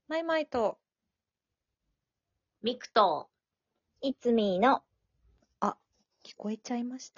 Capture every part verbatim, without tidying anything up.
マイマイと、 ミクと、 いつみーの、 あ、聞こえちゃいました？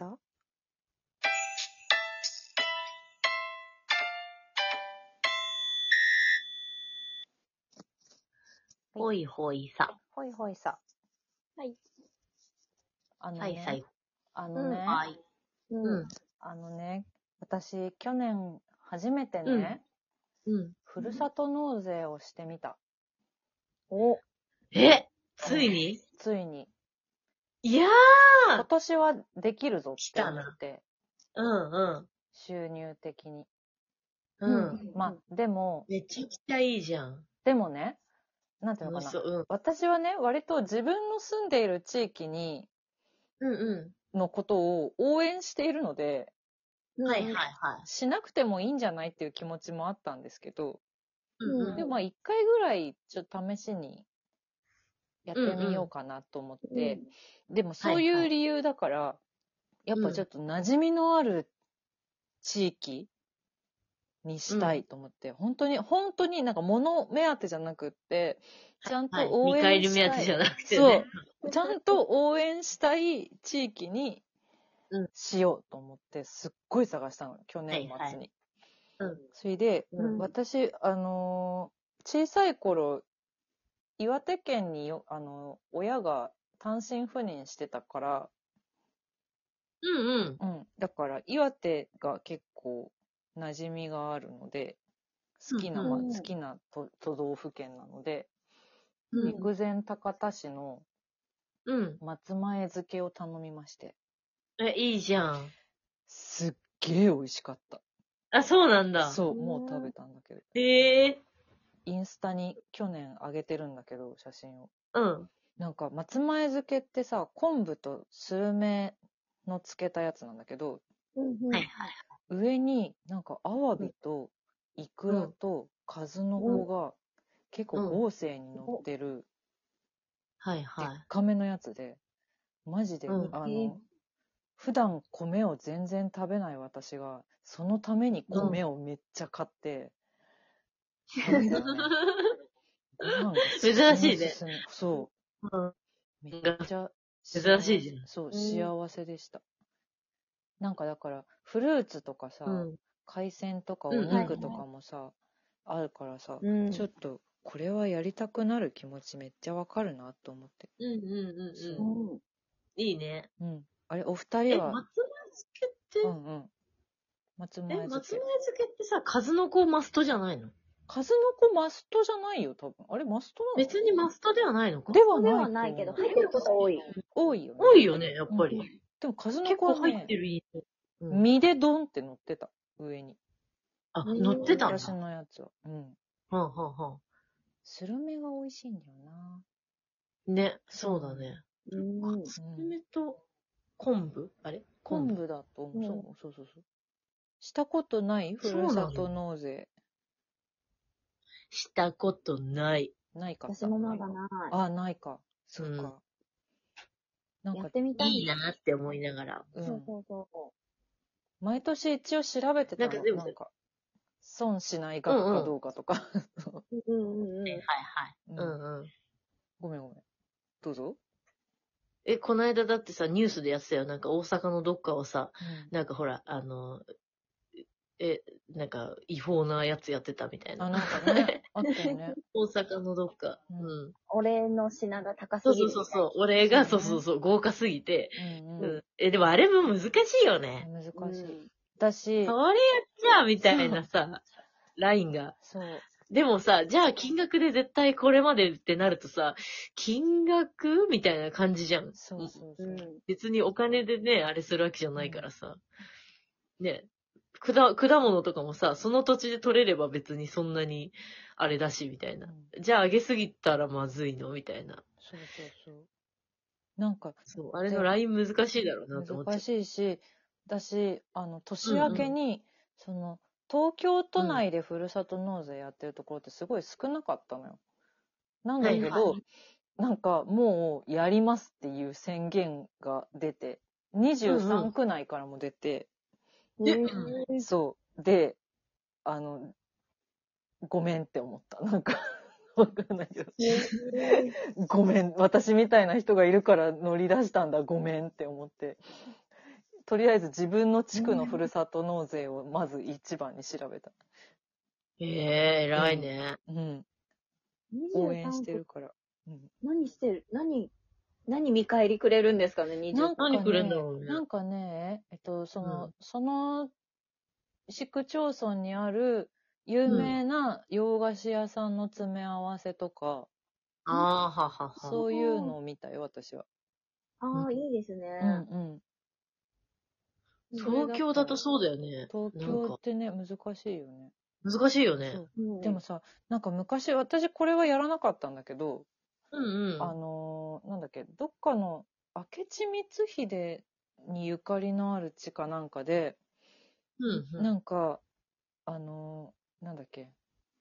ほいほいさ。 ほいほいさ。 はい。 あのね、 はい、最後。 あのね、 はい。 ううん。 あのね、私、去年、初めてね、 うん。 ふるさと納税をしてみた。 お、 えついについに。 いや今年はできるぞって思来たなって、 ーうんうん。 収入的に。 うん。 まあ、でも、 めちゃくちゃいいじゃん。 でもね、なんていうのかな。 楽しそう。うん。 私はね、割と自分の住んでいる地域に、 うんうのことを応援しているので、 ん。はいはいはい。 しなくてもいいんじゃないっていう気持ちもあったんですけど、 うんでもまあ一回ぐらいちょっと試しにやってみようかなと思って、でもそういう理由だから、やっぱちょっと馴染みのある地域にしたいと思って、本当に、本当になんか物目当てじゃなくって、ちゃんと応見返援したい。 り目当てじゃなくてね。 そう。ちゃんと応援したい地域にしようと思って、すっごい探したの、去年末に。 はいはいうん。 それで、 うん私、あのー小さい頃、岩手県によ、あのー親が単身赴任してたから、 うんうん。 うん、だから岩手が結構馴染みがあるので、好きな、 うんまうん好きな都都道府県なので、 うん。 陸前高田市のうん。 松前漬けを頼みまして、 え、いいじゃん。 すっげえ美味しかった。 あ、そうなんだ。 そう、もう食べたんだけど。 へえインスタに去年あげてるんだけど、写真を。 ー。うん。 なんか松前漬けってさ、昆布とスルメの漬けたやつなんだけど、 はいはい。 上になんかアワビとイクラと数の子が結構豪勢に乗ってるはいでっはかめのやつで、マジで、 うんあの、普段米を全然食べない私が、そのために米をめっちゃ買って食べたらね、ご飯が進む珍しいね進む。そうん。 う。めっちゃ珍しいじゃん。 そう、幸せでした。なんかだから、フルーツとかさ、 うん。 海鮮とかうんお肉とかもさ、あるからさ、 うんちょっと、これはやりたくなる気持ちめっちゃわかるなと思って。 うんうんうんそううん。 うんいいね。 うん。あれ、お二人え、 は、 松前漬けって、 うんうん。松前え、 漬け。 松前漬けってさ、数の子マストじゃないの数の子マストじゃないよ、多分。あれ、マストなの別にマストではないのかではないではないけど、入ってること多い。 多いよね。 多いよね、やっぱり。 うんでも数の結子はね構入って、るいいね。うん、 身でドンって乗ってた、上に。 あ、乗ってたん私だ。はのやつは。うん。 あ、はあはあ、 スルメが美味しいんだよな。 ね、そうだね。 うんスルメと昆布あれ昆布だと思う。 うんそうそうそうそう。したことないふるさとそうな納税。 したことない。 ないかった。 私もまだない。 あ、ないか。そっか。なんかやっ、てみたい。 いいなって思いながら。 うん。 そうそうそ毎年一応調べてたの。 なんかでもなんか、損しないうん額かうん。 どうかとか。 う。うんうんはいうん。 はい。 ううんんうん。 ごめんごめん。どうぞ。 え、この間だってさ、ニュースでやってたよ。なんか大阪のどっかをさ、 うん。 なんかほら、あの、え、なんか違法なやつやってたみたいあ、 な。 なんかね、あったよね。 大阪のどっか。 ううんん。 俺の品が高そうすぎる。 そうそうそう。俺が、 そねそううそうそう、豪華すぎて。 うんううん。 ん。え、でもあれも難しいよね。 難しい。 うんだし、 それやっちゃうみたいなさ、ラインが。 そう。 でもさ、じゃあ金額で絶対これまでってなるとさ、金額みたいな感じじゃん。 そうそうそう。 うん。 別にお金でね、あれするわけじゃないからさ。ね。果、果物とかもさ、その土地で取れれば別にそんなにあれだし、みたいな。 うんじゃあ上げすぎたらまずいのみたいな。 そうそうそう。なんか、 そう、あれのライン難しいだろうなと思っちゃ難う。 しいし、だし、あの、年明けに、その、東京都内でふるさと納税やってるところってすごい少なかったのよ。なんだけど、 はいはなんかもうやりますっていう宣言が出て、にじゅうさん区内からも出て、 でへうんえそう。で、あの、ごめんって思った。なんかわかんないけど。 えごめん。私みたいな人がいるから乗り出したんだ。ごめんって思って。とりあえず自分の地区のふるさと納税をまず一番に調べた。 ええ、偉いね。 うん。 ー、 応援しにじゅうさんてるから。うん。 何してる何、何見返りくれるんですかね、にじゅうさん。 なんか何くれんだねろうね、 なんかね、えっと、その、 うんその市区町村にある有名な洋菓子屋さんの詰め合わせとか、 ああ、ははは。 そういうのを見たよ、私は。 ああ、いいですね。 うんうん。それ東京だとそうだよね。 東なんか、 京ってね、難しいよね。 難しいよね。 そう。 うんでもさ、なんか昔、私これはやらなかったんだけど、 うんうん。 あのーなんだっけ、どっかの明智光秀にゆかりのある地かなんかで、 うんうん。 なんか、あのーなんだっけ、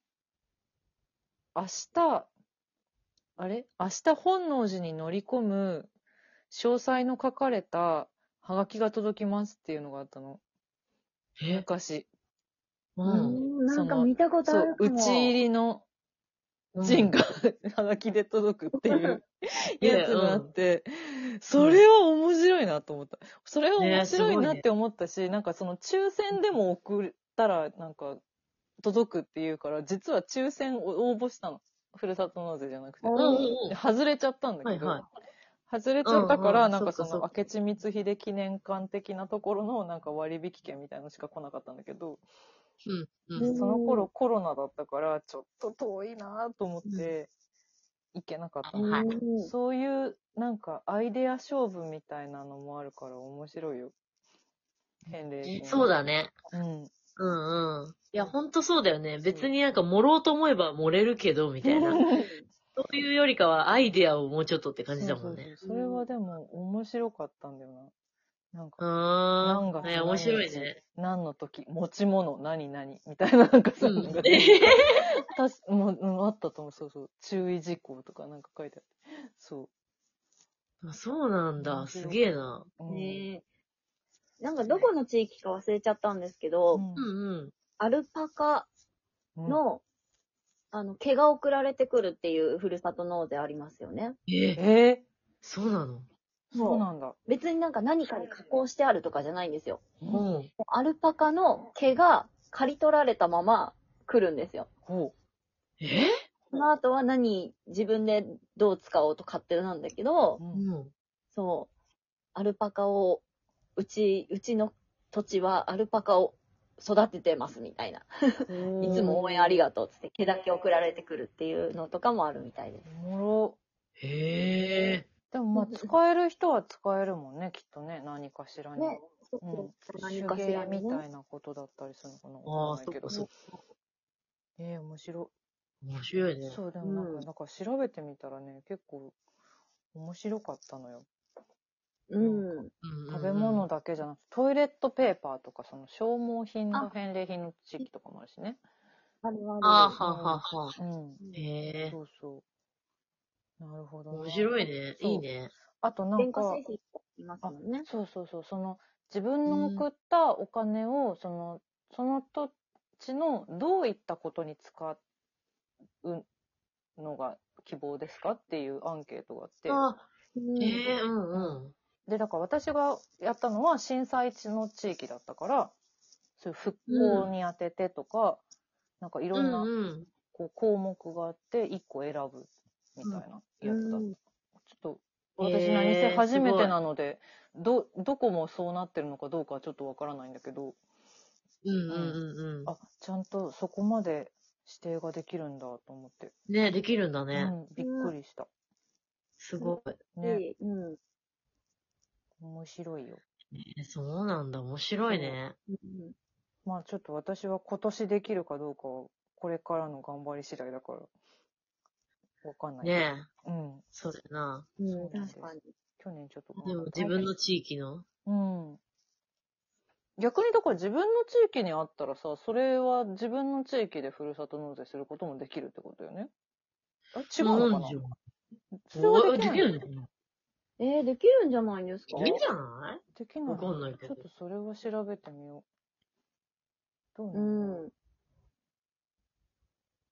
明日、あれ明日本能寺に乗り込む詳細の書かれたハガキが届きますっていうのがあったの。 え昔。 ううん。 ん、なんか見たことあそう、 るかも。 打ち入りの陣がハガキで届くっていうやつがあって、それは面白いなと思った。それは面白いなって思ったし、なんかその抽選でも送ったらなんか届くっていうから、実は抽選を応募したの。ふるさと納税じゃなくて。 おーうんうんうん。 で外れちゃったんだけど、 はいはい。 外れちゃったから、 うんうんなんかそのそっかそっか明智光秀記念館的なところのなんか割引券みたいのしか来なかったんだけど、 うんう。 うんんその頃コロナだったからちょっと遠いなと思って行けなかったの、 はいうんそういうなんかアイデア勝負みたいなのもあるから面白いよ。返礼品。 そうだね。 うん。 うんうん。いや、ほんとそうだよね。別になんか盛ろうと思えば盛れるけど、みたいな。そういうよりかはアイデアをもうちょっとって感じだもんね。 そうそうそう。それはでも面白かったんだよな。なんうか、何月ーん。ね、面白い何日、 ね。 何の時、持ち物、何々、みたいな、なんかさ、 うんなんかたしもう、うん、あったと思う、そうそう。注意事項とかなんか書いてあって。そあそうなん面だ。 白いすげえな。 う。うん。 ねえ、なんかどこの地域か忘れちゃったんですけうど、 うんうん。 アルパカん。 の、あの、毛が送られてくるっていうふるさと納税ありますよね。 え、 えそうなの？ ー、そうなんだ。 別になんか何かに加工してあるとかじゃないんですよ。 うん。 アルパカの毛が刈り取られたまま来るんですよ。 ほえその後は何、自分でどう使おうと勝手なんだけどう。、う。 うんん。 そう、アルパカを、うち、うちの土地はアルパカを育ててますみたいな。いつも応援ありがとうっつって毛だけ送られてくるっていうのとかもあるみたいです。 おもろ。 へえ。 でもまあ、使える人は使えるもんね、きっとね、何かしらに。 ね、そううん。 そう何手かしらにね。 芸みたいなことだったりするのかな、 ああ、 わかんないけど。 そっかそっか。 ええー、面白面白いい。 ね。 そう、でもなんか、 うんなんか調べてみたらね、結構面白かったのよ。 うん。 うんうんうん食べ物だけじゃなくて、トイレットペーパーとか、その消耗品の返礼品の地域とかもあるしね。 あるある。 ああ、ははは。 うん。 へえ。 そうそう。なるほどな。 面白いね。 そういいね。 あとなんか電化製、品とかいますあもんね。 そうそうそう、その、自分の送ったお金を、その、その土地のどういったことに使うのが希望ですかっていうアンケートがあって、 あ、 うんへえ、うんうん。 で、だから私がやったのは震災地の地域だったから、そういう復興に当ててとか、なんかいろんなうんうん。 こう項目があっていっこ選ぶみたいなやつだった。 うんちょっと私へー何せ初めてすごいなので、ど、どこもそうなってるのかどうかはちょっとわからないんだけど、 うんうんうんうあ、ちゃんとそこまで指定ができるんだと思って。 ん。ね、できるんだうね。 ん、びっくりした。 すごい。 ね、 うん。 面白いよ。 えそうなんだ。面白いね。 うんまあちょっと私は今年できるかどうかは、これからの頑張り次第だから、わかんないけど。 ねえ。 うん。 そうだよな。 うん、 そうなんです確かに。 去年ちょっと頑でも張った。 自分の地域の。 うん。逆にだから自分の地域にあったらさ、それは自分の地域でふるさと納税することもできるってことよね。あ、違うのかななんじゃんそれはできないできるのかなえー、できるんじゃないんですか？ いいんじゃないできないわかんないけどちょっとそれは調べてみよう。どうなうの、 ん。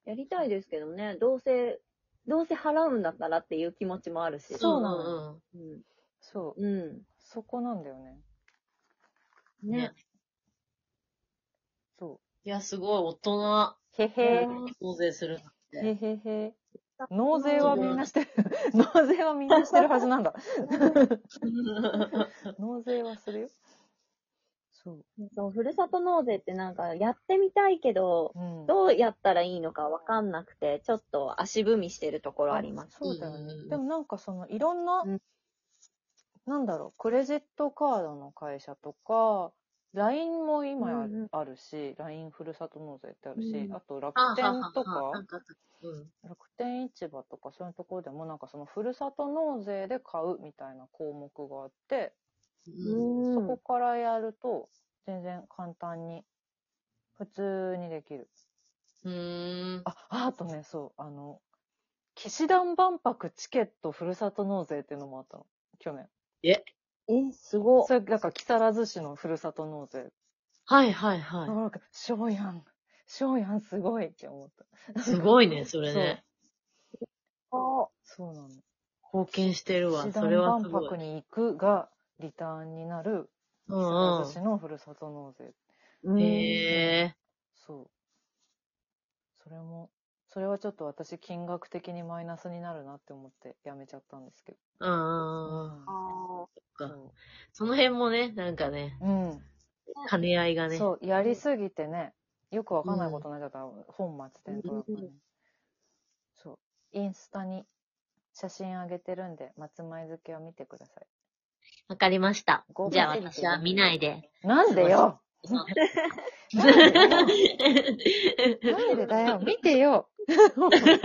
やりたいですけどね、どうせ、どうせ払うんだったらっていう気持ちもあるし。 そうなのの。 うん。 そう。 うん。 そこなんだよね。 ねね。 そいや、すごい、大人。 う。へへ。 納税するのへって。 へへ。納税はみんなしてる。納税はみんなしてるはずなんだ。納税はするよ。そう。 そう、ふるさと納税ってなんかやってみたいけど、 うん。 どうやったらいいのかわかんなくて、ちょっと足踏みしてるところあります。 そうだよねうんうんう。んでもなんかそのいろんな、 うんなんだろう、クレジットカードの会社とか、ライン も今あうんうんあるし、ライン ふるさと納税ってあるし、 うんあと楽はあはあ天はあとかはあなん、かうん。 楽天市場とかそういうところでもなんかそのふるさと納税で買うみたいな項目があって、 うん。 そこからやると全然簡単に、普通にできる。 うーん。 あ、あとね、そう、あの、騎士団万博チケットふるさと納税っていうのもあったの、去年。 ええ、すごっ。 それ、だから木更津市のふるさと納税。 はいはいはなんか、翔やん、翔やんすごいって思った。 い。すごいね、それね。 あそうなの。 貢献してるわ。 騎士それ団万はすごい。 博に行くがリターンになる木うん更津うん。 市のふるさと納税。 うん。 へえ。 そう。それも、それはちょっと私金額的にマイナスになるなって思ってやめちゃったんですけど。 うんうんうん。 うんあーそっかそその辺もね、なんかね、 う。うん。 兼ね合いがね。 そう、やりすぎてね、よくわかんないことになっちゃったら本末転倒だからね。そう。インスタに写真あげてるんで、松前漬けを見てください。 わかりました豪。 じゃあ華すぎて私は見ないで。 なんでよなんでだよなんでだよ見てよ